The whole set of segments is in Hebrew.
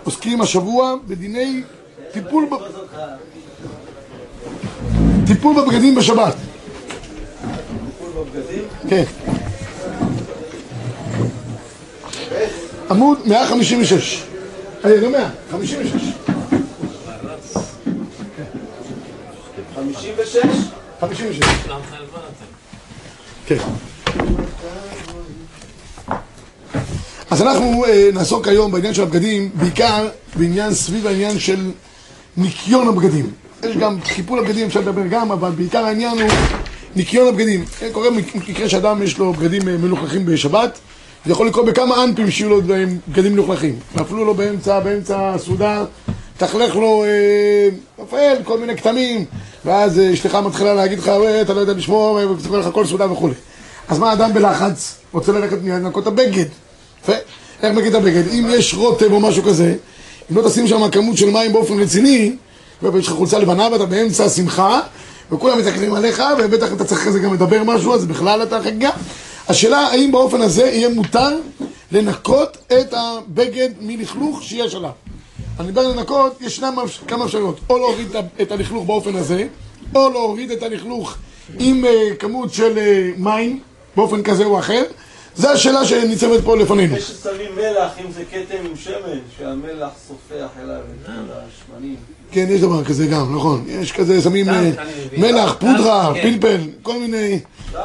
עוסקים השבוע בדיני טיפול בבגדים בשבת. טיפול בבגדים? כן. עמוד 156. לא 100, 56. 56? 56. כן. אז אנחנו נעסוק היום בעניין של הבגדים, בעיקר בעניין סביב העניין של ניקיון הבגדים. יש גם טיפול הבגדים, אפשר לדבר גם, אבל בעיקר העניין הוא ניקיון הבגדים. קורה מקרה שאדם יש לו בגדים מלוכלכים בשבת, זה יכול לקרות בכמה אנפים שיהיו לו בגדים מלוכלכים. נפלו לו באמצע הסעודה, תחלך לו רפאל, כל מיני כתמים, ואז אשתך מתחילה להגיד לך, אתה לא יודע לשמור, ותקרא לך כל סעודה וכו'. אז מה האדם בלחץ? רוצה ללכת לנקות את הבגד. איך מגיד הבגד? אם יש רוטב או משהו כזה, אם לא תשים שם כמות של מים באופן רציני, ויש לך חולצה לבנה ואתה באמצע השמחה, וכולם מתקנים עליך, ובטח אתה צריך אחרי גם לדבר משהו, אז בכלל אתה חגיגה. השאלה האם באופן הזה יהיה מותר לנקות את הבגד מלכלוך שיש עליו. אני מדבר לנקות, ישנם כמה אפשרויות, או להוריד את הלכלוך באופן הזה, או להוריד את הלכלוך עם כמות של מים, באופן כזה או אחר. זו השאלה שניצבת פה לפנינו. יש ששמים מלח, אם זה כתם עם שמן, שהמלח סופח אליו את השמנים. כן, יש דבר כזה גם, נכון. יש כזה, שמים מלח, פודרה, פלפל, כל מיני...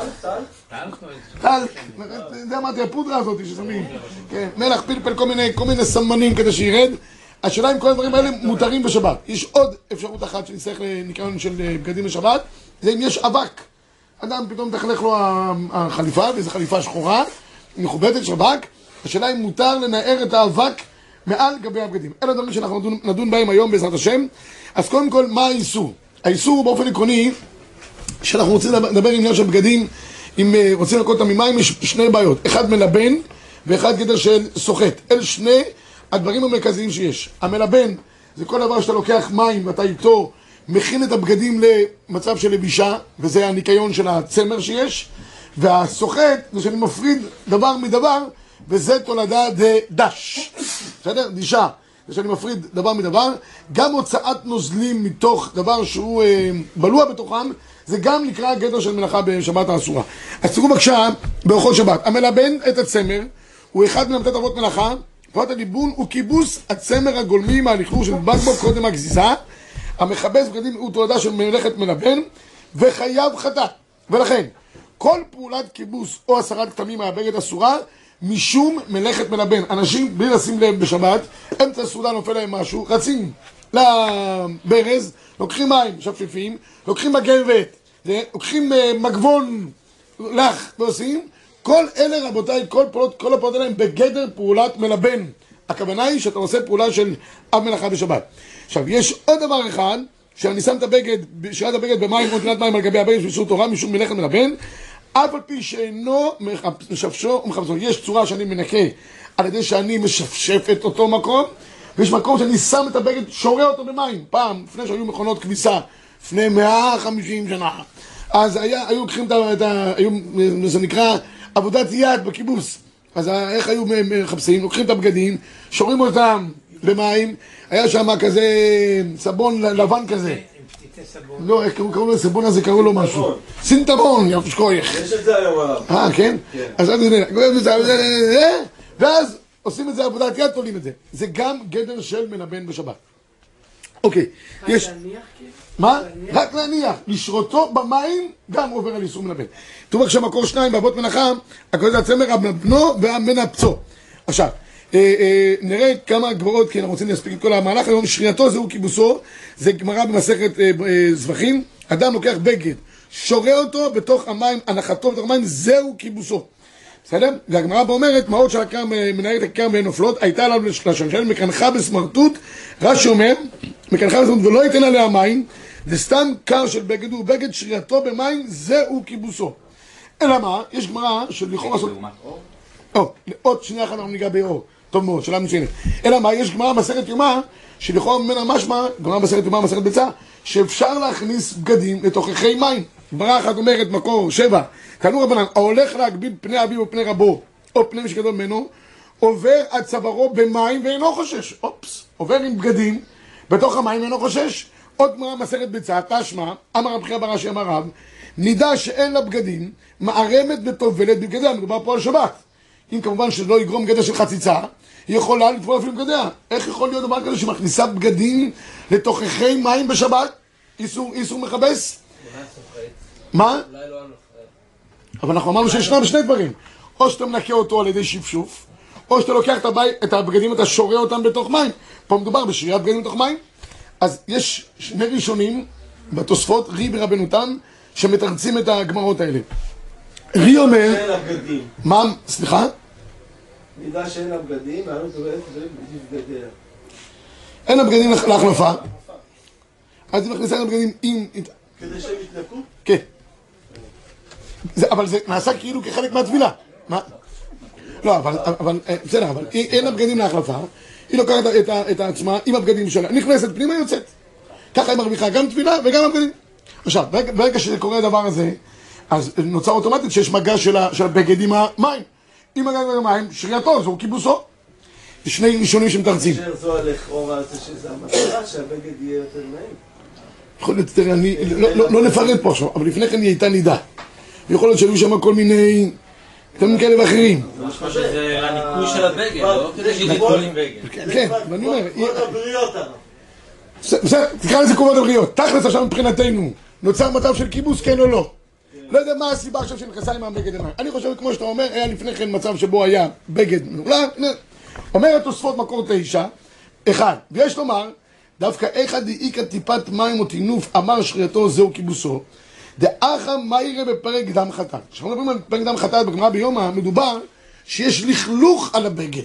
טל, זה אמרתי, הפודרה הזאת ששמים. מלח, פלפל, כל מיני סמנים כדי שירד. השאלה אם כל הדברים האלה מותרים בשבת. יש עוד אפשרות אחת שנצטרך לניקיון של בגדים בשבת, זה אם יש אבק. אדם פתאום תחלך לו החליפה, וזו חליפה שחורה, מכובדת שבק, השאלה אם מותר לנער את האבק מעל גבי הבגדים. אלה דברים שאנחנו נדון בהם היום בעזרת השם. אז קודם כל, מה האיסור? האיסור הוא באופן עקרוני, שאנחנו רוצים לדבר עם עניין של בגדים, אם רוצים לנקות אותם ממים, יש שני בעיות. אחד מלבן, ואחד גדר של סוחט. אלה שני הדברים המרכזיים שיש. המלבן, זה כל דבר שאתה לוקח מים ואתה איתו, מכין את הבגדים למצב של לבישה, וזה הניקיון של הצמר שיש, והסוחט זה שאני מפריד דבר מדבר, וזה תולדה דש. בסדר? דישה. זה שאני מפריד דבר מדבר. גם הוצאת נוזלים מתוך דבר שהוא בלוע בתוכם, זה גם נקרא גדר של מלאכה בשבת האסורה. אז תראו בבקשה, באורחות שבת. המלבן את הצמר, הוא אחד מלמתת אבות מלאכה, פרט הליבון הוא כיבוס הצמר הגולמי מהלכלוך שנדבק בו קודם הגזיזה, המכבס בגדים הוא תולדה של מלאכת מלבן וחייב חטאת. ולכן, כל פעולת כיבוס או הסרת כתמים מהבגד אסורה משום מלאכת מלבן. אנשים, בלי לשים לב בשבת, אמצע הסעודה נופל להם משהו, רצים לברז, לוקחים מים שפשפים, לוקחים מגבת, לוקחים מגבון לך ועושים. כל אלה רבותיי, כל הפעולות האלה הם בגדר פעולת מלבן. הכוונה היא שאתה עושה פעולה של אב מלאכה בשבת. עכשיו, יש עוד דבר אחד, שאני שם את הבגד, שירת הבגד במים או תנת מים על גבי הבגד באיסור תורה משום מלאכת מלבן, אף על פי שאינו משפשו ומחפשו. יש צורה שאני מנקה על ידי שאני משפשף את אותו מקום, ויש מקום שאני שם את הבגד, שורה אותו במים. פעם, לפני שהיו מכונות כביסה, לפני 150 שנה, אז היו לוקחים זה נקרא עבודת יד בקיבוץ. אז איך היו מחפשים? לוקחים את הבגדים, שורים אותם במים, היה שם כזה סבון לבן כזה. לא, איך קראו לו סבון הזה, קראו לו משהו. סינטבון, יפה שכוייך. יש את זה היום עליו. כן? אז ואז עושים את זה עבודת יד, תולים את זה. זה גם גדר של מלבן בשבת. אוקיי, יש... מה? רק להניח. לשרותו במים גם עובר על איסור מלבן. תראו בבקשה מקור 2 באבות מלאכה, הקורא זה הצמר הבנו והמנפצו. עכשיו, נראה כמה גברות, כי אנחנו רוצים להספיק את כל המהלך. היום שרייתו זהו כיבוסו, זה גמרא במסכת זבחים. אדם לוקח בגד, שורה אותו בתוך המים, הנחתו בתוך המים, זהו כיבוסו. בסדר? והגמרא אומרת, מעות של הכרם מנהרת הכרם ואין נופלות, הייתה עליו לשלשל, מקנחה בסמרטוט, רש"י אומר, מקנחה בסמרטוט ולא ייתן עליה מים, זה סתם קר של בגד, הוא בגד שרייתו במים, זהו כיבוסו. אלא מה? יש גמרא של לכאורה לעשות... עוד שנייה אחת אנחנו ניגע באור. טוב מאוד, שאלה מצוינת. אלא מה? יש גמרא מסכת יומא, שלכאורה ממנה משמע, גמרא מסכת יומא, מסכת ביצה, שאפשר להכניס בגדים לתוככי מים. גמרא אחת אומרת, מקור 7, תנו רבנן, ההולך להגביל פני אביו ופני רבו, או פני מי שגדול ממנו, עובר עד צווארו במים ואינו חושש. אופס. עובר עם בגדים בתוך המים אינו חושש. עוד גמרא מסכת ביצה, תשמע, אמר רבי חייא בר אשי אמר רב, נידע שאין לה בגדים, מערמת וטובלת בבגדיה, מדובר פה על שבת. אם כמובן שזה לא יגרום גדר של חציצה, היא יכולה לטבול אפילו בבגדיה. איך יכול להיות דבר כזה שמכניסה בגדים לתוככי מים בשבת? איסור מכבס? מה? אבל אנחנו אמרנו שישנם שני דברים. או שאתה מנקה אותו על ידי שפשוף, או שאתה לוקח את הבגדים, אתה שורה אותם בתוך מים. פה מדובר בשריית בגדים בתוך מים. אז יש שני ראשונים בתוספות, רי ברבנו תם, שמתרצים את הגמרות האלה. רי אומר... שאין הבגדים. מה? סליחה? נדע שאין הבגדים, העלות עובדת בבגדיה. אין הבגדים להחלפה. אז היא מכניסה את הבגדים עם... כדי שהם יתנקו? כן. אבל זה נעשה כאילו כחלק מהטבילה. מה? לא, אבל בסדר, אבל אין הבגדים להחלפה. היא לוקחת את עצמה עם הבגדים שלה, נכנסת פנימה, יוצאת. ככה היא מרוויחה גם טבילה וגם הבגדים. עכשיו, ברגע שקורה הדבר הזה, אז נוצר אוטומטית שיש מגע של הבגד עם המים. אם מגע עם המים, שרייתו, זהו כיבוסו. יש שני ראשונים שמתרצים. כאשר זו לכאורה זה שזה המטרה, שהבגד יהיה יותר נעים. יכול להיות, תראה, אני לא נפרט פה עכשיו, אבל לפני כן היא הייתה נידה. יכול להיות שהיו שם כל מיני... תמים כאלה ואחרים. זה משמע שזה הניקוי של הבגד, לא כדי שיתבול עם בגד. כן, ואני אומר... כבוד הבריות הרב. בסדר, תקרא לזה כבוד הבריות. תכלס עכשיו מבחינתנו, נוצר מצב של כיבוס, כן או לא. לא יודע מה הסיבה עכשיו שנכנסה עם הבגד למים. אני חושב, כמו שאתה אומר, היה לפני כן מצב שבו היה בגד מנולה. אומרת תוספות מקור 9, אחד, ויש לומר, דווקא אחד דאיקה טיפת מים או תינוף אמר שרייתו זהו כיבוסו, דאחה מה יראה בפרק דם חטאת. כשאנחנו מדברים על פרק דם חטאת בגמרא ביומא, מדובר שיש לכלוך על הבגד.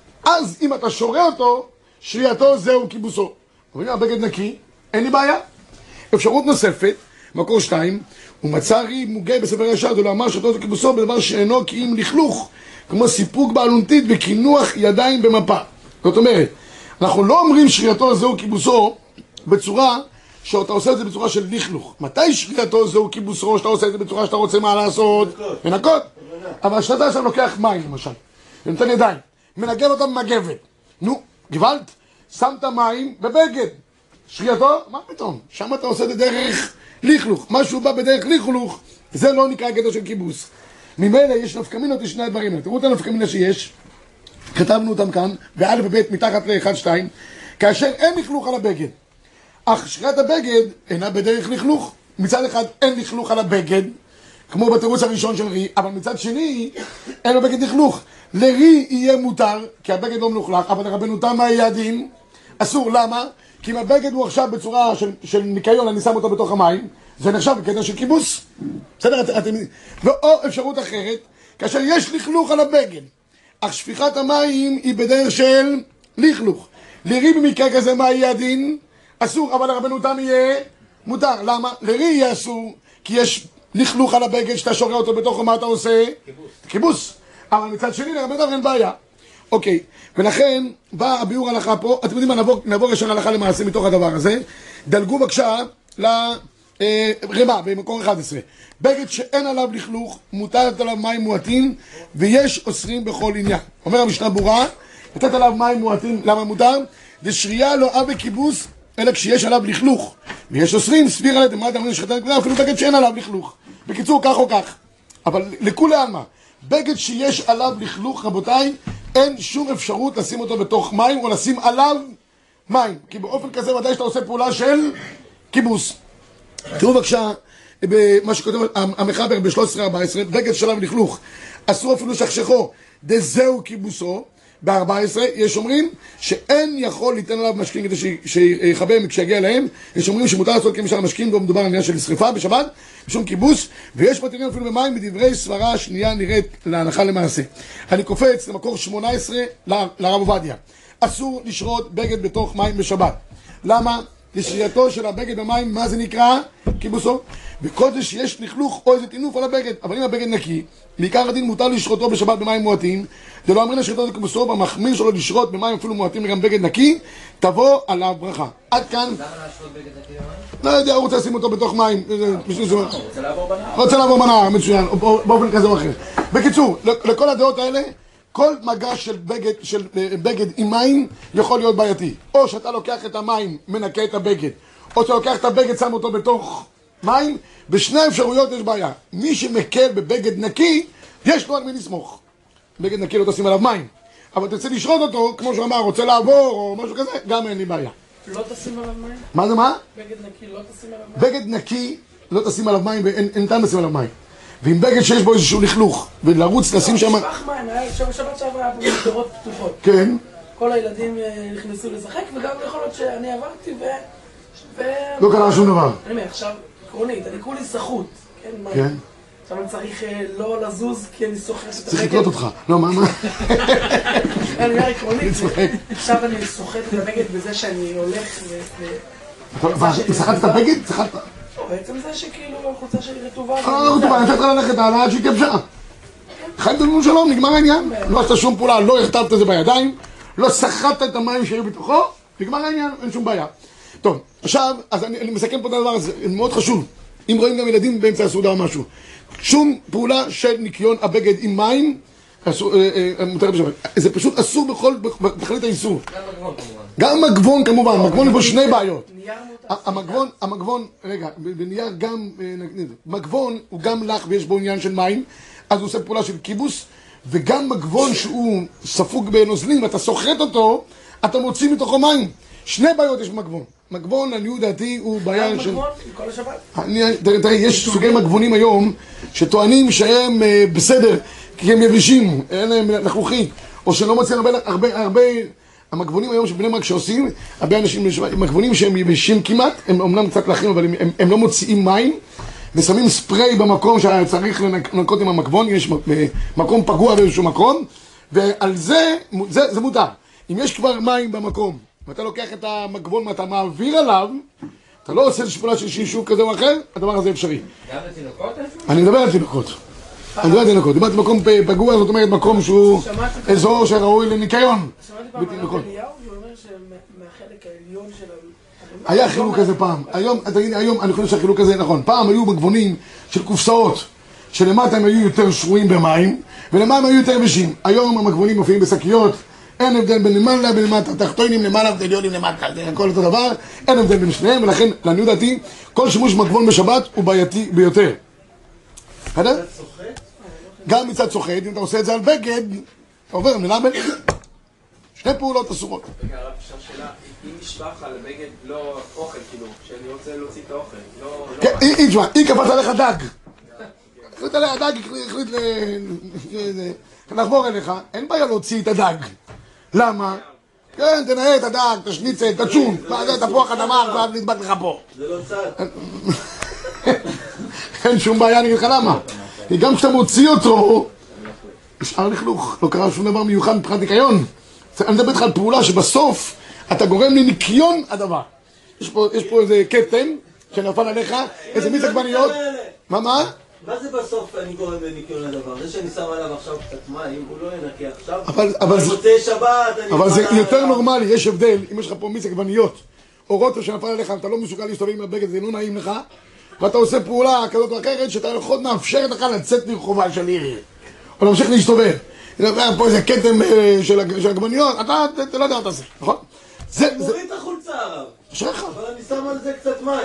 אז אם אתה שורה אותו, שרייתו זהו כיבוסו. אבל אם הבגד נקי, אין לי בעיה. אפשרות נוספת, מקור 2, ומצא רי מוגי בספר ישר, זה לא אמר שרייתו זהו כיבוסו בדבר שאינו כי אם לכלוך, כמו סיפוק בעלונתית וכינוח ידיים במפה. זאת אומרת, אנחנו לא אומרים שרייתו זהו כיבוסו בצורה שאתה עושה את זה בצורה של לכלוך. מתי שרייתו זהו כיבוסו, שאתה עושה את זה בצורה שאתה רוצה מה לעשות? לנקות. אבל שאתה עכשיו לוקח מים למשל, ונותן ידיים, מנגב אותם במגבת. נו, גוואלד, שמת מים בבגד. שרייתו? מה פתאום? שם אתה עושה את זה דרך לכלוך. משהו בא בדרך לכלוך, זה לא נקרא גדר של כיבוס. ממילא יש נפקמינות לשני הדברים. תראו את הנפקמינה שיש, כתבנו אותם כאן, באלף ובית מתחת ל-1-2, כאשר אין לכלוך על הבגד. אך שריית הבגד אינה בדרך לכלוך. מצד אחד אין לכלוך על הבגד, כמו בתירוץ הראשון של רי, אבל מצד שני אין בבגד לכלוך. לרי יהיה מותר, כי הבגד לא מלוכלך, אבל לרבנו תם מה יהיה הדין? אסור, למה? כי אם הבגד הוא עכשיו בצורה של ניקיון, אני שם אותו בתוך המים, זה נחשב בקטע של כיבוס. בסדר? ואו אפשרות אחרת, כאשר יש לכלוך על הבגד, אך שפיכת המים היא בדרך של לכלוך. לרי במקרה כזה מה יהיה הדין? אסור, אבל לרבנו תם יהיה מותר. למה? לרי יהיה אסור, כי יש לכלוך על הבגד שאתה שורה אותו בתוכו, מה אתה עושה? כיבוס. אבל מצד שני לרבנו תם אין בעיה. אוקיי, ולכן בא הביאור הלכה פה. אתם יודעים מה, נעבור ישר הלכה למעשה מתוך הדבר הזה. דלגו בבקשה לרמה במקור 11. בגד שאין עליו לכלוך, מוטלת עליו מים מועטים, ויש אוסרים בכל עניין. אומר המשנה ברורה, לתת עליו מים מועטים, למה מותר? דשריה לא אב בכיבוס, אלא כשיש עליו לכלוך. ויש אוסרים, סביר עליהם, מה אתם אומרים שחטא נקודה, אפילו בגד שאין עליו לכלוך. בקיצור, כך או כך. אבל לכולי עלמא, בגד שיש עליו לכלוך, רבותיי, אין שום אפשרות לשים אותו בתוך מים או לשים עליו מים. כי באופן כזה ודאי שאתה עושה פעולה של כיבוס. תראו בבקשה, במה שכותב המחבר ב-13-14, בגד שלב לכלוך, אסור אפילו שכשכו, דזהו כיבוסו. ב-14 יש אומרים שאין יכול ליתן עליו משקים כדי שיחבם כשיגיע להם. יש אומרים שמותר לעשות כמשל המשקים, ומדובר על עניין של שריפה בשבת, בשום כיבוס, ויש מתירים אפילו במים. בדברי סברה שנייה נראית להנחה למעשה. אני קופץ למקור 18 לרב עובדיה. אסור לשרות בגד בתוך מים בשבת. למה? לשרייתו של הבגד במים, מה זה נקרא? כיבוסו. וכל זה שיש לכלוך או איזה טינוף על הבגד. אבל אם הבגד נקי, בעיקר הדין מותר לשרותו בשבת במים מועטים, זה לא אמרין לשרותו לכיבוסו, במחמיר שלו לשרות במים אפילו מועטים וגם בגד נקי, תבוא עליו ברכה. עד כאן. למה לשרות בגד נקי במים? לא יודע, הוא רוצה לשים אותו בתוך מים. רוצה לעבור בנהר. רוצה לעבור בנהר, מצוין, באופן כזה או אחר. בקיצור, לכל הדעות האלה, כל מגע של בגד עם מים יכול להיות בעייתי. או שאתה לוקח את המים, מנקה את הבגד, או שאתה לוקח את הבגד, שם אותו בתוך מים, בשני אפשרויות יש בעיה. מי שמקל בבגד נקי, יש לו על מי לסמוך. בגד נקי לא תשים עליו מים. אבל תרצה לשרות אותו, כמו שהוא אמר, רוצה לעבור או משהו כזה, גם אין לי בעיה. לא תשים עליו מים? מה זה מה? בגד נקי לא תשים עליו מים? בגד נקי לא תשים עליו מים ואין טעם לשים עליו מים. ועם בגד שיש בו איזשהו לכלוך, ולרוץ לשים שם... שפך מים, שבת שעברה היה פה מסדרות פתוחות. כן. כל הילדים נכנסו לשחק, וגם יכול להיות שאני עברתי לא קרה שום דבר. אני אומר, עכשיו, עקרונית, אני כולי סחוט. כן. עכשיו אני צריך לא לזוז, כי אני סוחט את הבגד. צריך לקלוט אותך. לא, מה? אני אומר, עקרונית, עכשיו אני סוחט את הבגד בזה שאני הולך ו... סחטת את הבגד? סחטת? בעצם זה שכאילו החולצה שלי רטובה. רטובה, אני נתת ללכת הלאה עד שהתייבשה. חיים דודנו שלום, נגמר העניין. לא עשת שום פעולה, לא הכתבת את זה בידיים, לא סחטת את המים שהיו בתוכו, נגמר העניין, אין שום בעיה. טוב, עכשיו, אז אני מסכם פה את הדבר הזה, מאוד חשוב. אם רואים גם ילדים באמצע הסעודה או משהו. שום פעולה של ניקיון הבגד עם מים, מותר בשבת. זה פשוט אסור בתכלית האיסור. גם מגבון כמובן, מגבון יש בו שני בעיות. המגבון, רגע, בנייר גם, מגבון הוא גם לח ויש בו עניין של מים, אז הוא עושה פעולה של קיבוס, וגם מגבון שהוא ספוג בנוזלים, אתה סוחט אותו, אתה מוציא מתוכו מים. שני בעיות יש במגבון. מגבון, לעניות דעתי, הוא בעיה של... מגבון, כל השבת? תראה, יש סוגי מגבונים היום שטוענים שהם בסדר, כי הם יבשים, אין להם לחלוכית, או שלא מוצאים הרבה... המגבונים היום שבני ברק שעושים, הרבה אנשים, מגבונים שהם יבשים כמעט, הם אומנם קצת לחים, אבל הם לא מוציאים מים, ושמים ספרי במקום שצריך לנקות עם המגבון, יש מקום פגוע באיזשהו מקום, ועל זה מותר. אם יש כבר מים במקום, ואתה לוקח את המגבון ואתה מעביר עליו, אתה לא עושה פעולה של שישוב כזה או אחר, הדבר הזה אפשרי. גם לתינוקות? אני מדבר על תינוקות. אני מדבר על תינוקות. דיברתי מקום פגוע, זאת אומרת מקום שהוא אזור שראוי לניקיון. שמעתי פעם על אליהו, הוא אומר שמהחלק העליון של... היה חילוק כזה פעם. היום אני חושב שהחילוק הזה נכון. פעם היו מגבונים של קופסאות, שלמטה הם היו יותר שרויים במים, ולמעלה הם היו יותר יבשים. היום המגבונים מופיעים בשקיות, אין הבדל בין למעלה בין למטה, תחתונים למעלה ועליונים למטה, זה הכל אותו דבר, אין הבדל בין שניהם, ולכן לעניות דעתי, כל שימוש מגבון בשבת הוא בעייתי ביותר. בסדר? גם מצד סוחט, אם אתה עושה את זה על בגד, אתה עובר מילה בין... שני פעולות אסורות. רגע, הרב, אפשר שאלה, אם נשפך על הבגד לא אוכל, כאילו, שאני רוצה להוציא את האוכל, לא... כן, תשמע, היא קפץ עליך דג. החליט עליה דג, החליט לחבור אליך, אין בעיה להוציא את הדג. למה? כן, תנהל את הדג, תשניצה, תצ'ון, תפוח אדמה, ואז נדבק לך פה. זה לא צד. אין שום בעיה, אני אגיד לך למה. כי גם כשאתה מוציא אותו, נשאר לכלוך, לא קרה שום דבר מיוחד מבחינת ניקיון. אני מדבר איתך על פעולה שבסוף אתה גורם לניקיון הדבר. יש פה איזה כתם שנפל עליך, איזה מיץ עגבניות. מה? מה זה בסוף אני גורם לניקיון הדבר? זה שאני שם עליו עכשיו קצת מים, הוא לא ינקה עכשיו. אבל מוצאי שבת, אבל זה יותר נורמלי, יש הבדל, אם יש לך פה מיץ עגבניות, או רוטב שנפל עליך, אתה לא מסוגל להסתובב עם הבגד, זה לא נעים לך, ואתה עושה פעולה כזאת או אחרת, שאתה יכול מאפשרת לך לצאת לרחובה של עיר, או להמשיך להסתובב. פה איזה כתם של עגבניות, אתה לא יודע מה תעשה, נכון? מוריד את החולצה הרב. אשריך. אבל אני שם על זה קצת מים.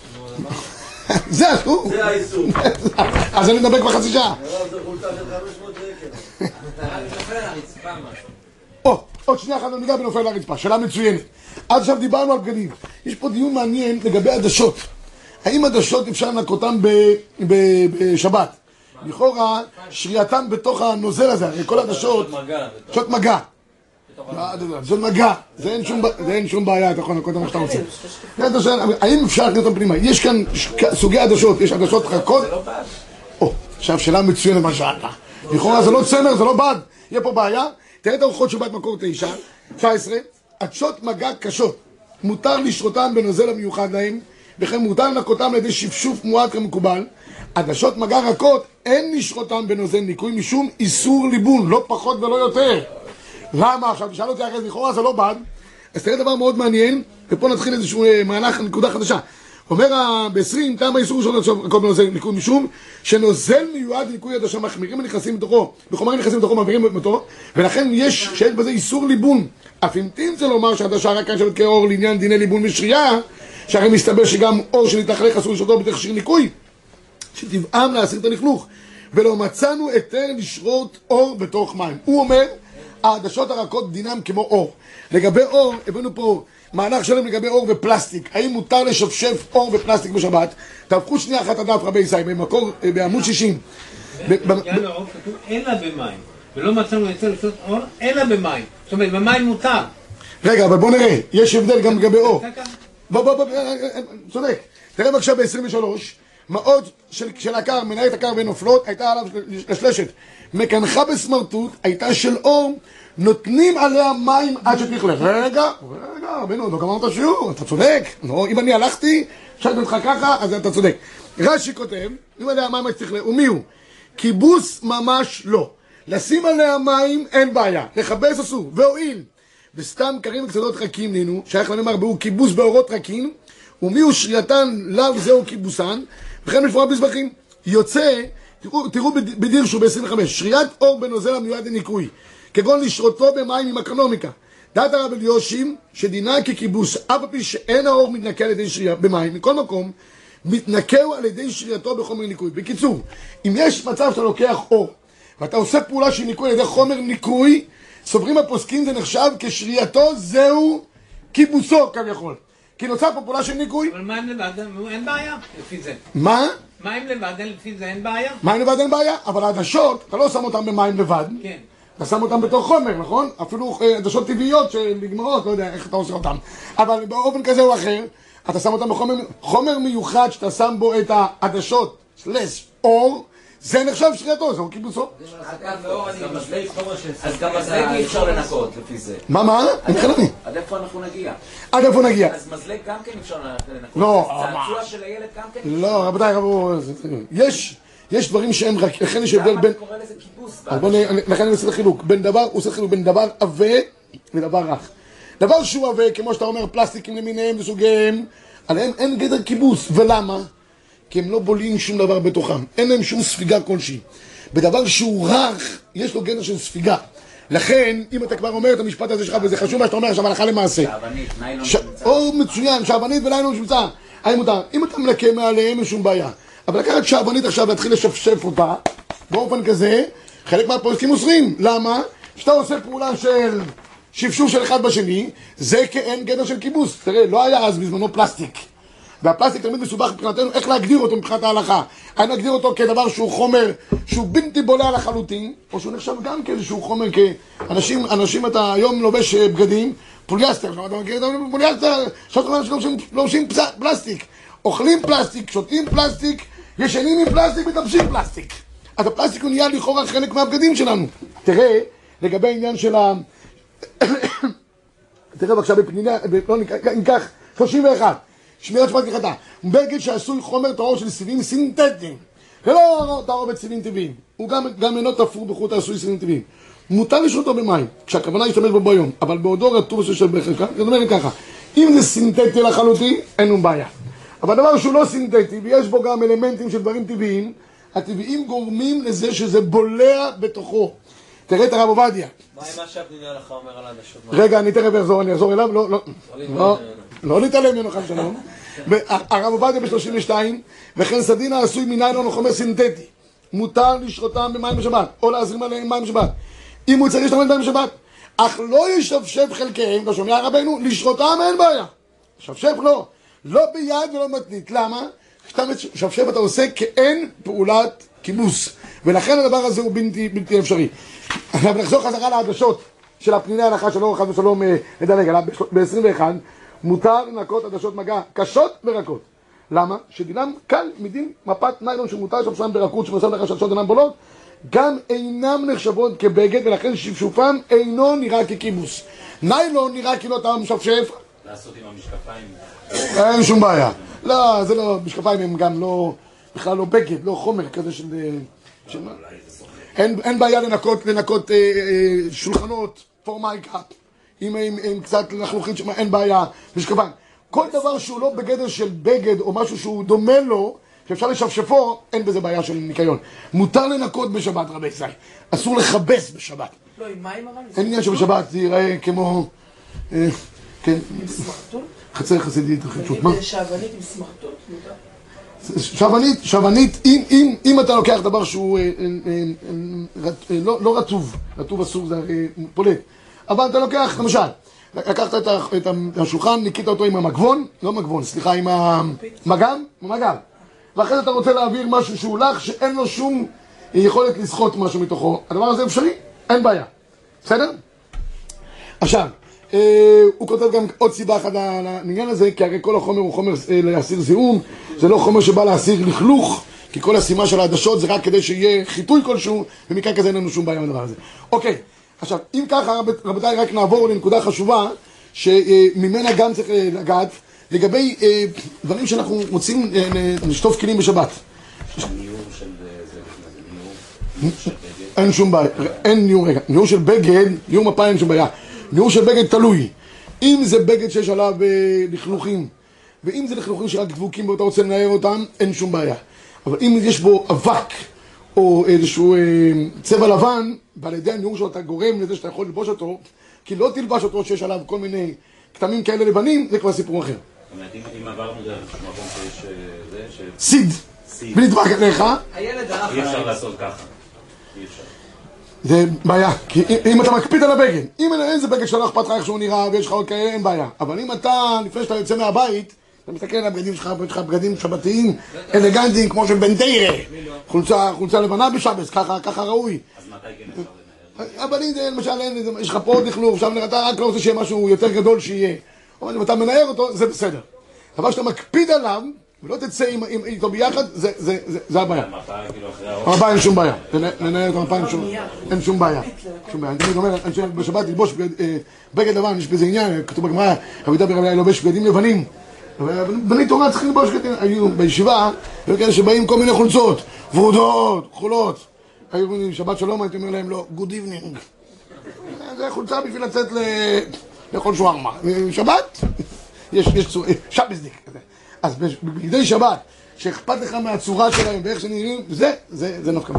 זה אסור. זה האיסור. אז אני מדבר כבר חצי שעה. הרב, זה חולצה של 500 שקל. אני נופל על הרצפה משהו. עוד שנייה אחת ניגע בנופל על הרצפה, שאלה מצוינת. עד עכשיו דיברנו על בגדים. יש פה דיון מעניין לגבי עדשות. האם עדשות אפשר לנקותם בשבת? לכאורה, שרייתם בתוך הנוזל הזה, הרי כל עדשות... עדשות מגע. עדשות מגע. זה אין שום בעיה, אתה יכול לנקות מה שאתה רוצה. האם אפשר לקנות אותם פנימה? יש כאן סוגי עדשות, יש עדשות חכות. עכשיו, שאלה מצוינת מה שאלת. לכאורה זה לא צמר, זה לא בד. יהיה פה בעיה. תראה את ארוחות שבת מקור 19. עדשות מגע קשות. מותר לשרותם בנוזל המיוחד להם, וכן מותר לנקותם על ידי שפשוף מועט כמקובל. עדשות מגע רכות, אין לשרותם בנוזל ניקוי משום איסור ליבון, לא פחות ולא יותר. למה? עכשיו תשאל אותי אחרי זה, לכאורה זה לא בד. אז תראה דבר מאוד מעניין, ופה נתחיל איזשהו מהלך, נקודה חדשה. אומר ב-20, טעם האיסור של הכל בנוזל ניקוי משום שנוזל מיועד לניקוי עדשה מחמירים ונכנסים בתוכו, בחומרים נכנסים בתוכו מעבירים אותו, ולכן יש בזה איסור ליבון. אף אם תמצא לומר שהעדשה רק כאן שבת כאור לעניין דיני ליבון ושרייה, שהרי מסתבר שגם אור שנתלכלך אסור לשתו בתכשיר ניקוי, שטבעם להסיר את הלכלוך, ולא מצאנו היתר לשרות אור בתוך מים. הוא אומר, העדשות הרכות דינם כמו אור. לגבי אור, הבאנו פה מהלך שלם לגבי אור ופלסטיק. האם מותר לשפשף אור ופלסטיק בשבת? תהפכו שנייה אחת הדף רבי ישי, במקור, בעמוד 60. בעניין האור כתוב אלא במים, ולא מצאנו היתר לשרות אור אלא במים. זאת אומרת, במים מותר. רגע, אבל בוא נראה, יש הבדל גם לגבי אור. צודק. תראה בבקשה ב-23, מעות של הקר, מנהרת הקר ונופלות, הייתה עליו לשלשת. מקנחה בסמרטוט, הייתה של אור, נותנים עליה מים עד שתכלה. רגע, בנו, לא גמרת השיעור, אתה צודק. אם אני הלכתי, שאלתי אותך ככה, אז אתה צודק. רש"י כותב, אם עליה מים עד שתכלה, ומי הוא? כיבוס ממש לא. לשים עליה מים אין בעיה, לכבס אסור, והועיל. וסתם קרים וקצדות רכים לנו, שייך למאמר בהו כיבוס באורות רכים, ומי הוא שרייתן לאו זהו כיבוסן, וכן מפורט בזבחים. יוצא, תראו בדירשו ב-25, שריית אור בנוזל המיועד לניקוי, כגון לשרותו במים עם אקונומיקה. דעת הרב אליושים, שדינה ככיבוס, אף פי שאין האור מתנקה על ידי שרייה במים, מכל מקום, מתנקהו על ידי שרייתו בחומר ניקוי. בקיצור, אם יש מצב שאתה לוקח אור, ואתה עושה פעולה של ניקוי על ידי חומר ניקוי, סוברים הפוסקים זה נחשב כשרייתו זהו כיבוסו כביכול. כי נוצר פה פעולה של ניקוי. אבל מים לבד אין בעיה לפי זה. מה? מים לבד לפי זה אין בעיה? מים לבד אין בעיה, אבל העדשות, אתה לא שם אותם במים לבד. כן. אתה שם אותם בתוך חומר, נכון? אפילו עדשות טבעיות שנגמרות, לא יודע איך אתה עושה אותם. אבל באופן כזה או אחר, אתה שם אותם בחומר מיוחד שאתה שם בו את העדשות, אור, זה נחשב שרייתו, זהו כיבוסו. אז גם מזלג אי אפשר לנקות לפי זה. מה? אני חלמי. עד איפה אנחנו נגיע? עד איפה נגיע? אז מזלג גם כן אפשר לנקות. לא. צעצוע של הילד גם כן? לא, רבותיי, יש דברים שהם רק, לכן יש הבדל בין... למה קורא לזה כיבוס? לכן אני עושה את החילוק. הוא עושה חילוק בין דבר עבה ודבר רך. דבר שהוא עבה, כמו שאתה אומר, פלסטיקים למיניהם וסוגיהם, עליהם אין גדר כיבוס. ולמה? כי הם לא בולים שום דבר בתוכם. אין להם שום ספיגה כלשהי. בדבר שהוא רך, יש לו גדר של ספיגה. לכן, אם אתה כבר אומר את המשפט הזה שלך, וזה חשוב מה שאתה אומר עכשיו הלכה למעשה. שעבנית, ניילון שמצא. או מצוין, שעבנית וניילון שמצא. האם מותר? אם אתה מלקה מעליהם, אין שום בעיה. אבל לקחת שעבנית עכשיו להתחיל לשפשף אותה, באופן כזה, חלק מהפוסקים אוסרים. למה? כשאתה עושה פעולה של שפשוף של אחד בשני, זה כאין גדר של כיבוס. תראה, לא היה אז בזמנו פלסטיק. והפלסטיק תמיד מסובך מבחינתנו, איך להגדיר אותו מבחינת ההלכה? האם להגדיר אותו כדבר שהוא חומר שהוא בלתי בולע לחלוטין, או שהוא נחשב גם כאיזשהו חומר, אנשים אתה היום לובש בגדים, פוליאסטר, אתה מכיר את פוליאסטר, לובשים פלסטיק, אוכלים פלסטיק, שותים פלסטיק, ישנים עם פלסטיק מתלבשים פלסטיק. אז הפלסטיק הוא נהיה לכאורה חלק מהבגדים שלנו. תראה, לגבי העניין של תראה בבקשה בפנינה, לא ניקח 31. שמירת שבת כחתה, בגד שעשוי חומר טהור של סיבים סינתטיים, ולא טהור בצבעים טבעיים, הוא גם אינו תפור בחוט העשוי סיבים טבעיים. מותר לשרותו במים, כשהכוונה להשתמש בו ביום, אבל בעודו רטוב של בחלקה, זאת אומרת ככה, אם זה סינתטי לחלוטין, אין לו בעיה. אבל דבר שהוא לא סינתטי, ויש בו גם אלמנטים של דברים טבעיים, הטבעיים גורמים לזה שזה בולע בתוכו. תראה את הרב עובדיה. מה עם מה שהפניני הלכה אומר על העדשות? רגע, אני תכף אני אחזור אליו, לא נתעלם ממנו חד שלום. הרב עובדיה ב-32, וכן סדין העשוי מניילון או חומר סינתטי, מותר לשרותם במים בשבת, או להזרים עליהם מים בשבת, אם הוא צריך להשתמש במים בשבת, אך לא ישפשף חלקיהם, אתה שומע רבנו, לשרותם אין בעיה. שפשף לא ביד ולא מתנית. למה? כשאתה משפשף אתה עושה כאין פעולת כיבוס, ולכן הדבר הזה הוא בלתי אפשרי. אבל נחזור חזרה לעדשות של הפניני ההלכה שלא חס ושלום נדלג עליו. ב-21 מותר לנקות עדשות מגע קשות ורקות. למה? שדינם קל מדין מפת ניילון שמותר שפשפם ברקות שמנסה לך שעדשות אינם בולות, גם אינם נחשבות כבגד, ולכן שפשופם אינו נראה ככיבוס. ניילון נראה כאילו אתה משפשף, לעשות עם המשקפיים. אין שום בעיה. לא, זה לא, משקפיים הם גם לא, בכלל לא בגד, לא חומר כזה של... אין בעיה לנקות שולחנות, פורמייקה, עם קצת לחלוכית, אין בעיה, משקפיים. כל דבר שהוא לא בגדר של בגד או משהו שהוא דומה לו, שאפשר לשפשפו, אין בזה בעיה של ניקיון. מותר לנקות בשבת, רבי ישראל. אסור לכבס בשבת. לא, עם מים אבל? אין עניין שבשבת זה ייראה כמו... כן. עם סמרטוט? חצר חסידית, חדשות. מה? אם זה שעוונית עם סמרטוט, מותר? שעוונית, אם אתה לוקח דבר שהוא לא רטוב, רטוב אסור, זה פולט. אבל אתה לוקח, למשל, לקחת את השולחן, ניקית אותו עם המגבון, לא מגבון, סליחה, עם המגב, ואחרי זה אתה רוצה להעביר משהו שהוא לך, שאין לו שום יכולת לסחוט משהו מתוכו. הדבר הזה אפשרי, אין בעיה. בסדר? עכשיו, הוא כותב גם עוד סיבה אחת לעניין הזה, כי הרי כל החומר הוא חומר להסיר זיהום, זה לא חומר שבא להסיר לכלוך, כי כל השימה של העדשות זה רק כדי שיהיה חיטוי כלשהו, ומכאן כזה אין לנו שום בעיה עם הדבר הזה. אוקיי, עכשיו, אם ככה, רבותיי, רק נעבור לנקודה חשובה, שממנה גם צריך לגעת, לגבי דברים שאנחנו רוצים לשטוף כלים בשבת. אין שום בעיה, אין ניעור, רגע, ניעור של בגד, ניעור מפה אין שום בעיה. ניעור של בגד תלוי. אם זה בגד שיש עליו לכלוכים, ואם זה לכלוכים שרק דבוקים ואתה רוצה לנער אותם, אין שום בעיה. אבל אם יש בו אבק, או איזשהו צבע לבן, ועל ידי הניעור שלו אתה גורם לזה שאתה יכול ללבוש אותו, כי לא תלבש אותו שיש עליו כל מיני כתמים כאלה לבנים, זה כבר סיפור אחר. זאת אומרת, אם עברנו דרך מקום שיש זה, סיד, ונדבק עליך, אי אפשר לעשות ככה. אי אפשר. זה בעיה, כי אם אתה מקפיד על הבגד, אם אין איזה בגד שלא אכפת לך איך שהוא נראה ויש לך עוד כאלה, אין בעיה. אבל אם אתה, לפני שאתה יוצא מהבית, אתה מסתכל על הבגדים שלך, יש לך בגדים שבתיים, אלגנטיים, כמו של בן תירה, חולצה לבנה בשבס, ככה ראוי. אז מתי כן אפשר לנער? אבל אם למשל יש לך פה עוד לכלוך, עכשיו אתה רק לא רוצה שיהיה משהו יותר גדול שיהיה. אבל אם אתה מנער אותו, זה בסדר. אבל שאתה מקפיד עליו, ולא תצא איתו ביחד, זה הבעיה. המפה אין שום בעיה. לנער את המפה אין שום בעיה. אני תמיד אומר, אני חושב בשבת ללבוש בגד לבן, יש בזה עניין, כתוב בגמרא, רבי דוד היה לובש בגדים לבנים. בני תורה צריכים ללבוש בגדים. היו בישיבה, היו כאלה שבאים כל מיני חולצות, ורודות, כחולות. היו אומרים, שבת שלום, הייתי אומר להם, לא, good evening. זה חולצה בשביל לצאת לאכול שווארמה. שבת? יש שבזניק כזה. אז בגדי שבת, שאכפת לך מהצורה שלהם ואיך שנראים, זה נפקא.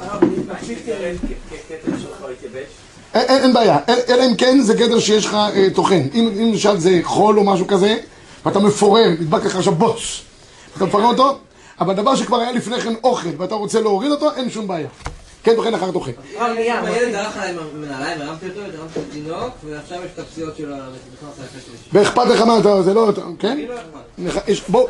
אין בעיה, אלא אם כן זה גדר שיש לך תוכן. אם למשל זה חול או משהו כזה, ואתה מפורר, נדבק לך עכשיו בוץ, אתה מפורר אותו, אבל דבר שכבר היה לפני כן אוכל, ואתה רוצה להוריד אותו, אין שום בעיה. כן, תוכן אחר תוכן. הילד הלך עליי עם הנעליים, הרמתי אותו, הרמתי את תינוק, ועכשיו יש את הפציעות שלו, ואכפת לך מה אתה, זה לא, כן? בוא.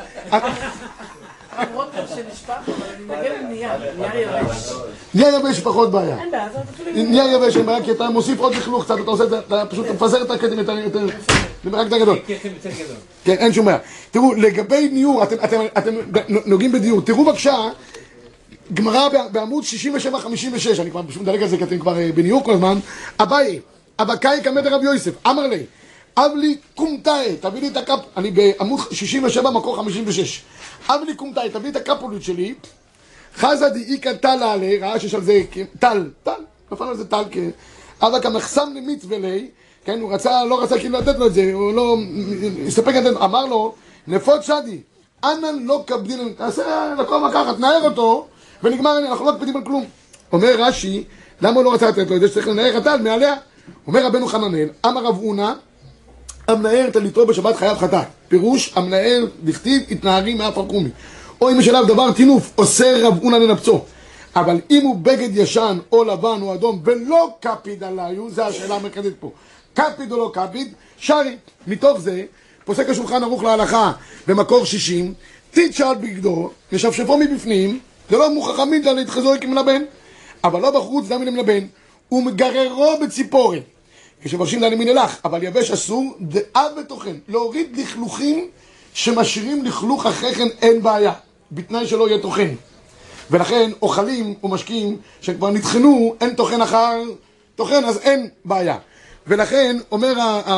למרות שנשפך, אבל אני מגיע לנייר יבש. נייר יבש פחות בעיה. אין בעיה, זאת אפילו... נייר יבש אין בעיה, כי אתה מוסיף עוד לכלוך קצת, אתה עושה את זה, אתה פשוט מפזר את הכתם יותר, רק יותר גדול. כן, אין שום בעיה. תראו, לגבי ניור, אתם נוגעים בדיור, תראו בבקשה, גמרא בעמוד 67-56, אני כבר פשוט מדלג על זה, כי אתם כבר בניור כל הזמן, אביי, אבקאי כמת רבי יוסף, אמר לי, אבלי קומטאי, תביא לי את הקפ... אני בעמוד 67 מקור 56. אבלי קומטאי, תביא את הקפולית שלי. חזה דאיקה טל עלי, ראה שיש על זה טל, נפל על זה טל, אבל כמחסם למצווה לי, כן, הוא לא רצה כאילו לתת לו את זה, הוא לא הסתפק לתת, אמר לו, נפות שדי, אנן לא קבדין, תעשה לכל מקחת, נער אותו, ונגמר, אנחנו לא קפדים על כלום. אומר רש"י, למה הוא לא רצה לתת לו את זה, שצריך לנער הטל מעליה? אומר רבנו חננאל, אמר רב הונא, המנער תליטו בשבת חייב חטאת. פירוש, המנער דכתיב התנערים מאפר קומי. או אם יש עליו דבר טינוף, עושה רב הונא לנפצו. אבל אם הוא בגד ישן או לבן או אדום ולא קפיד עליו, זה השאלה המרכזית פה. קפיד או לא קפיד, שרי. מתוך זה, פוסק השולחן ערוך להלכה במקור 60, תיצ'ל בגדו, משפשפו מבפנים, זה לא מוכרח מידה להתחזור כמלבן, אבל לא בחוץ דם למלבן, ומגררו בציפורן. כשמרשים דני מנלח, אבל יבש אסור, דעה ותוכן. להוריד לכלוכים שמשאירים לכלוך אחרי כן אין בעיה, בתנאי שלא יהיה תוכן. ולכן אוכלים או משקים שכבר נטחנו, אין תוכן אחר תוכן, אז אין בעיה. ולכן אומר,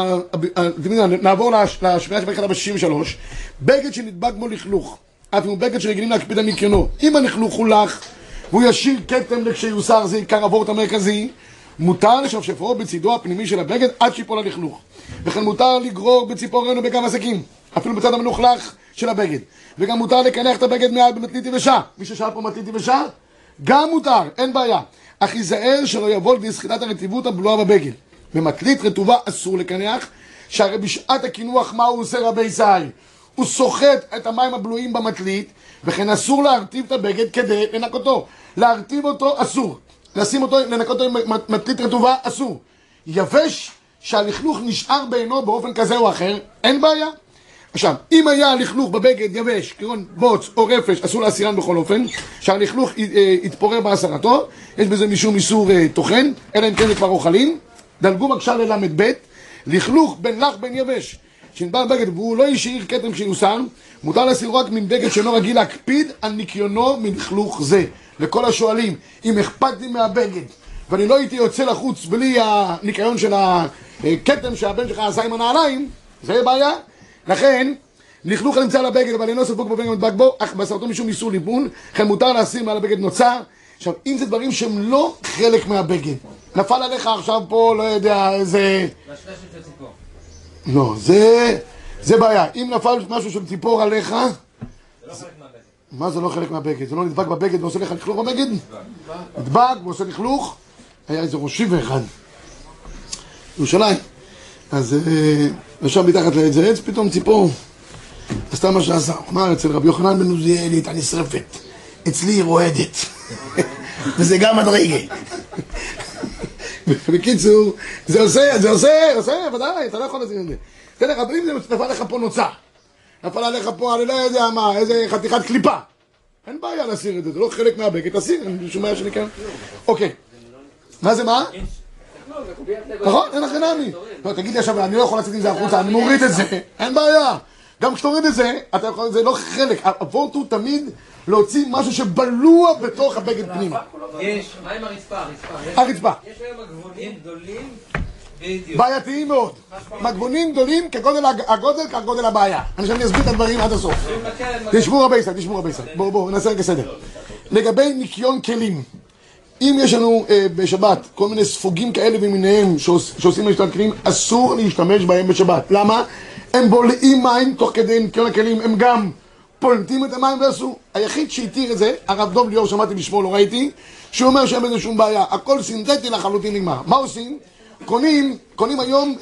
נעבור לשמיעה שבחדה ב-63, בגד שנדבק בו לכלוך, אף אם הוא בגד שרגילים להקפיד על ניקיונו, אם הלכלוך הוא לך, והוא ישאיר כתם לכשיוסר, זה עיקר הוורט המרכזי, מותר לשפשפו בצידו הפנימי של הבגד עד שיפול הלכלוך. וכן מותר לגרור בציפורנו בגב הסכין. אפילו בצד המלוכלך של הבגד. וגם מותר לקנח את הבגד מעל במטלית יבשה. מי ששאל פה מטלית יבשה, גם מותר, אין בעיה. אך ייזהר שלא יבוא לידי זחילת הרטיבות הבלועה בבגד. במטלית רטובה אסור לקנח, שהרי בשעת הקינוח מה הוא עושה רבי ישראל? הוא סוחט את המים הבלועים במטלית, וכן אסור להרטיב את הבגד כדי לנקותו. להרטיב אותו אסור. לשים אותו, לנקות אותו עם מטלית רטובה אסור. יבש שהלכלוך נשאר בעינו באופן כזה או אחר, אין בעיה. עכשיו, אם היה הלכלוך בבגד יבש, כגון בוץ או רפש, אסור להסירן בכל אופן, שהלכלוך יתפורר בהסרתו, יש בזה משום איסור טוחן, אלא אם כן זה כבר אוכלים. דלגו בבקשה ללמד ב', לכלוך בין לח בין יבש, שנבעל בגד והוא לא ישאיר כתם כשיוסר, מותר להסירו רק מן בגד שאינו רגיל להקפיד על ניקיונו מלכלוך זה. לכל השואלים, אם אכפת לי מהבגד, ואני לא הייתי יוצא לחוץ בלי הניקיון של הכתם שהבן שלך עשה עם הנעליים, זה בעיה. לכן, לכלוך הנמצא על הבגד, אבל אינו ספוק בבגד המדבק בו, אך בהסרתו משום איסור ליבון, לכן מותר להסיר מעל הבגד נוצר. עכשיו, אם זה דברים שהם לא חלק מהבגד, נפל עליך עכשיו פה, לא יודע, איזה... לא, זה בעיה. אם נפל משהו של ציפור עליך... זה לא חלק מהבגד. מה זה לא חלק מהבגד? זה לא נדבק בבגד ועושה לך לכלוך בבגד? נדבק ועושה לכלוך? היה איזה ראשי ואחד. ירושלים. אז ישב מתחת לאיזה עץ, פתאום ציפור. עשתה מה שעשה. אמר אצל רבי יוחנן בן עוזיאל הייתה נשרפת. אצלי היא רועדת. וזה גם מדרגה. בקיצור, זה עושה, ודאי, אתה לא יכול לזה. תלך, אבל אם זה נפל לך פה נוצה, נפל עליך פה, אני לא יודע מה, איזה חתיכת קליפה. אין בעיה להסיר את זה, זה לא חלק מהבגד, תסיר, אני שומע שאני כאן. אוקיי. מה זה מה? נכון, אין לכם נמי. לא, תגיד לי עכשיו, אני לא יכול לצאת עם זה החוצה, אני מוריד את זה, אין בעיה. גם כשתוריד את זה, אתה יכול, זה לא חלק. הוורט הוא תמיד להוציא משהו שבלוע בתוך הבגד פנימה. יש, מה עם הרצפה? הרצפה. יש היום מגבונים גדולים בעייתיים מאוד. מגבונים גדולים כגודל הבעיה. אני אסביר את הדברים עד הסוף. תשמעו רבי ישראל. בואו נעשה רגע סדר. לגבי ניקיון כלים, אם יש לנו בשבת כל מיני ספוגים כאלה ומיניהם שעושים להשתמש כלים, אסור להשתמש בהם בשבת. למה? הם בולעים מים תוך כדי ניקיון הכלים, הם גם פולטים את המים ואסור. היחיד שהתיר את זה, הרב דוב ליאור, שמעתי בשמו, לא ראיתי, שהוא אומר שאין בזה שום בעיה, הכל סינתטי לחלוטין נגמר. מה עושים? קונים היום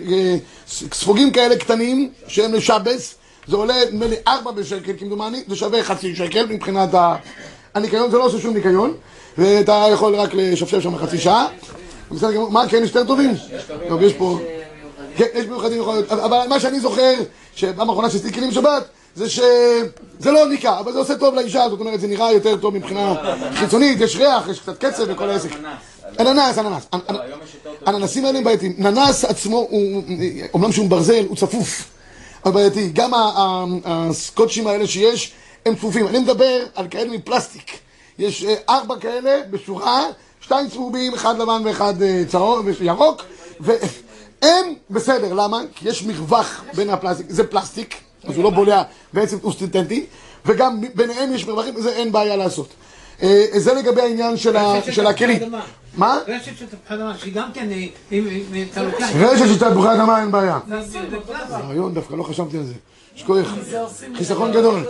ספוגים כאלה קטנים שהם לשבס, זה עולה נדמה לי 4 בשקל כמדומני, זה שווה חצי שקל מבחינת הניקיון, זה לא עושה שום ניקיון, ואתה יכול רק לשפשף שם חצי שעה. מה, כן, יש יותר טובים? טוב, יש פה... כן, יש מיוחדים יכול להיות, אבל מה שאני זוכר, שבפעם האחרונה שעשיתי כלים שבת, זה שזה לא ניקה, אבל זה עושה טוב לאישה, זאת אומרת, זה נראה יותר טוב מבחינה חיצונית, יש ריח, יש קצת קצב וכל העסק. אננס. הננסים האלה הם בעייתיים. ננס עצמו, אומנם שהוא ברזל, הוא צפוף, אבל בעייתי. גם הסקוטשים האלה שיש, הם צפופים. אני מדבר על כאלה מפלסטיק. יש 4 כאלה בשורה, 2 צהובים, 1 לבן ו1 צהוב וירוק, והם בסדר, למה? כי יש מרווח בין הפלסטיק, זה פלסטיק, אז הוא לא בולע, בעצם הוא סטנטי, וגם ביניהם יש מרווחים, זה אין בעיה לעשות. זה לגבי העניין של הכלים. מה? רשת של תפוחי אדמה, שהיא גם כן, אם אתה לוקח... רשת של תפוחי אדמה אין בעיה. רעיון, דווקא לא חשבתי על זה. יש כוח, חיסכון גדול.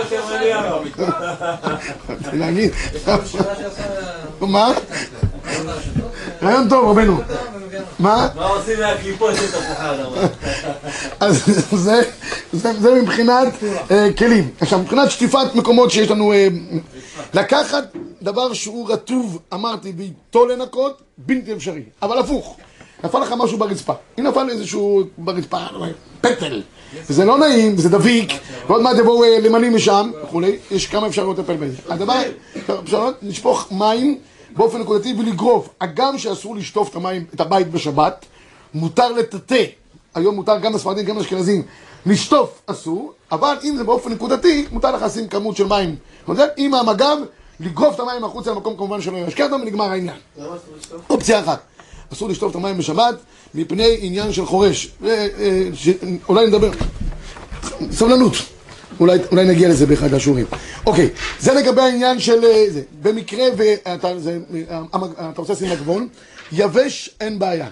להגיד. מה? רעיון טוב, רבנו. מה? מה עושים מהקליפות של תפוחי אדמה? אז זה מבחינת כלים. עכשיו, מבחינת שטיפת מקומות שיש לנו... לקחת דבר שהוא רטוב, אמרתי, ואיתו לנקות, בלתי אפשרי. אבל הפוך, נפל לך משהו ברצפה. אם נפל איזשהו ברצפה, פטל, וזה לא נעים, וזה דביק, ועוד מעט יבואו למלים משם, וכולי, יש כמה אפשרויות לטפל בזה. הדבר, אפשר לשפוך מים באופן נקודתי ולגרוף. הגם שאסור לשטוף את הבית בשבת, מותר לטאטא. היום מותר גם לספרדים, גם לאשכנזים. לשטוף אסור, אבל אם זה באופן נקודתי, מותר לך לשים כמות של מים. עם המגב, לגרוף את המים החוצה למקום כמובן שלא ישקר אותם ונגמר העניין. אופציה אחת, אסור לשטוף את המים בשבת מפני עניין של חורש. אולי נדבר, סבלנות, אולי נגיע לזה באחד השיעורים. אוקיי, זה לגבי העניין של זה. במקרה ואתה רוצה לשים מגבון, יבש אין בעיה.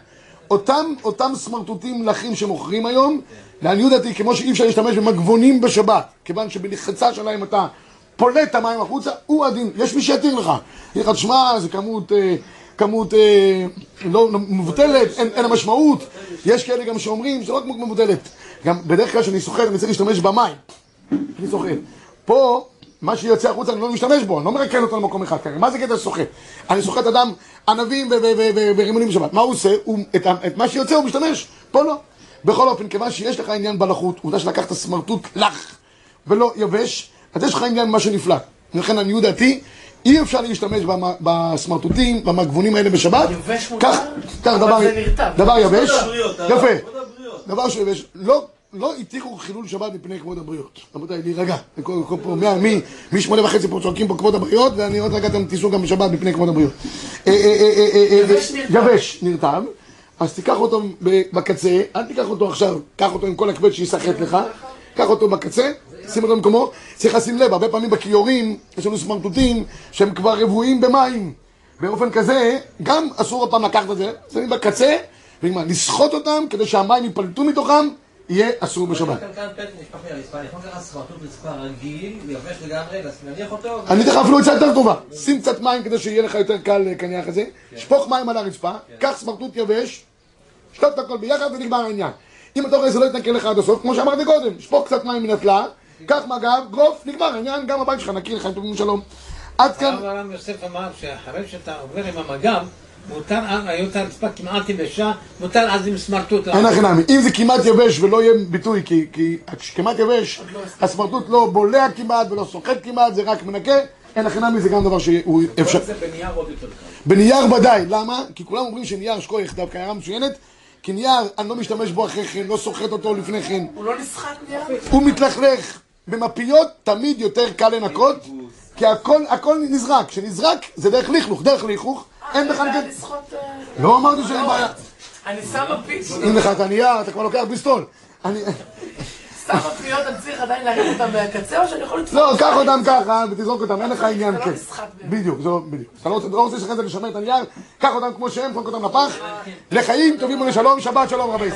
אותם סמרטוטים לחים שמוכרים היום, לעניות דעתי, כמו שאי אפשר להשתמש במגבונים בשבת, כיוון שבלחצה שלהם אתה פולט את המים החוצה, הוא הדין. יש מי שיתיר לך. יגיד לך, תשמע, זה כמות לא מבוטלת, אין לה משמעות. יש כאלה גם שאומרים, זה לא כמות מבוטלת. גם בדרך כלל כשאני סוחר, אני צריך להשתמש במים. אני סוחר. פה, מה שיוצא החוצה, אני לא משתמש בו, אני לא מרקן אותו למקום אחד. מה זה קטע סוחר? אני סוחר את אדם ענבים ורימונים בשבת. מה הוא עושה? את מה שיוצא הוא משתמש. פה לא. בכל אופן, כיוון שיש לך עניין בלחות, עובדה שלקחת סמרטוט לח ולא יבש, אז יש לך עניין במה שנפלט. לכן אני דעתי, אי אפשר להשתמש בסמרטוטים, במגבונים האלה בשבת. יבש מותר? כך דבר יבש. יפה. דבר שיבש. לא התירו חילול שבת מפני כבוד הבריות. רבותיי, להירגע. מ-8:30 פה צועקים פה כבוד הבריות, ואני עוד רגע אתם תיסעו גם בשבת מפני כבוד הבריות. יבש נרטב. אז תיקח אותו בקצה, אל תיקח אותו עכשיו, קח אותו עם כל הכבד שיסחט לך, קח אותו בקצה, שים אותו במקומו. צריך לשים לב, הרבה פעמים בכיורים יש לנו סמרטוטים שהם כבר רבועים במים. באופן כזה, גם אסור אותם לקחת את זה, שמים בקצה, לסחוט אותם כדי שהמים ייפלטו מתוכם, יהיה אסור בשבת. אני אתן לך אפילו עצה יותר טובה, שים קצת מים כדי שיהיה לך יותר קל לקניח את זה, שפוך מים על הרצפה, קח סמרטוט יבש, שטוף את הכל ביחד ונגמר העניין. אם אתה רואה זה לא יתנקה לך עד הסוף, כמו שאמרתי קודם, שפוך קצת מים מן התלאה, קח מגב, גרוף, נגמר העניין, גם הבית שלך נקי לך, טובים שלום. עד כאן... הרב יוסף אמר שאחרי שאתה עובר עם המגב, מותר, היות הרצפה כמעט יבשה, מותר אז עם סמרטוט. אין הכי נמי, אם זה כמעט יבש ולא יהיה ביטוי, כי כמעט יבש, הסמרטוט לא בולע כמעט ולא סוחט כמעט, זה רק מנקה, אין הכי נמי, זה גם דבר שהוא אפשר. זה בנייר עוד יותר קל. בנייר ודאי, למה? כי כולם אומרים שנייר שכוח דווקא הערה מצוינת, כי נייר אני לא משתמש בו אחרי כן, לא סוחט אותו לפני כן. הוא לא נסחט נייר? הוא מתלכלך. במפיות תמיד יותר קל לנקות, כי הכל נזרק. כשנזרק זה דרך לכלוך, אין בכלל כן. לא אמרתי שאין בעיה. אני שמה פיץ. אם לך את הנייר, אתה כבר לוקח ביסטול. שמה פיות, אני צריך עדיין להרים אותם מהקצה, או שאני יכול לתפוס? לא, קח אותם ככה ותזרוק אותם, אין לך עניין כן. זה לא נסחט באמת. בדיוק, זה לא, בדיוק. אתה לא רוצה שאחרי זה לשמר את הנייר, קח אותם כמו שהם, זרוק אותם לפח. לחיים טובים ולשלום, שבת שלום רבי.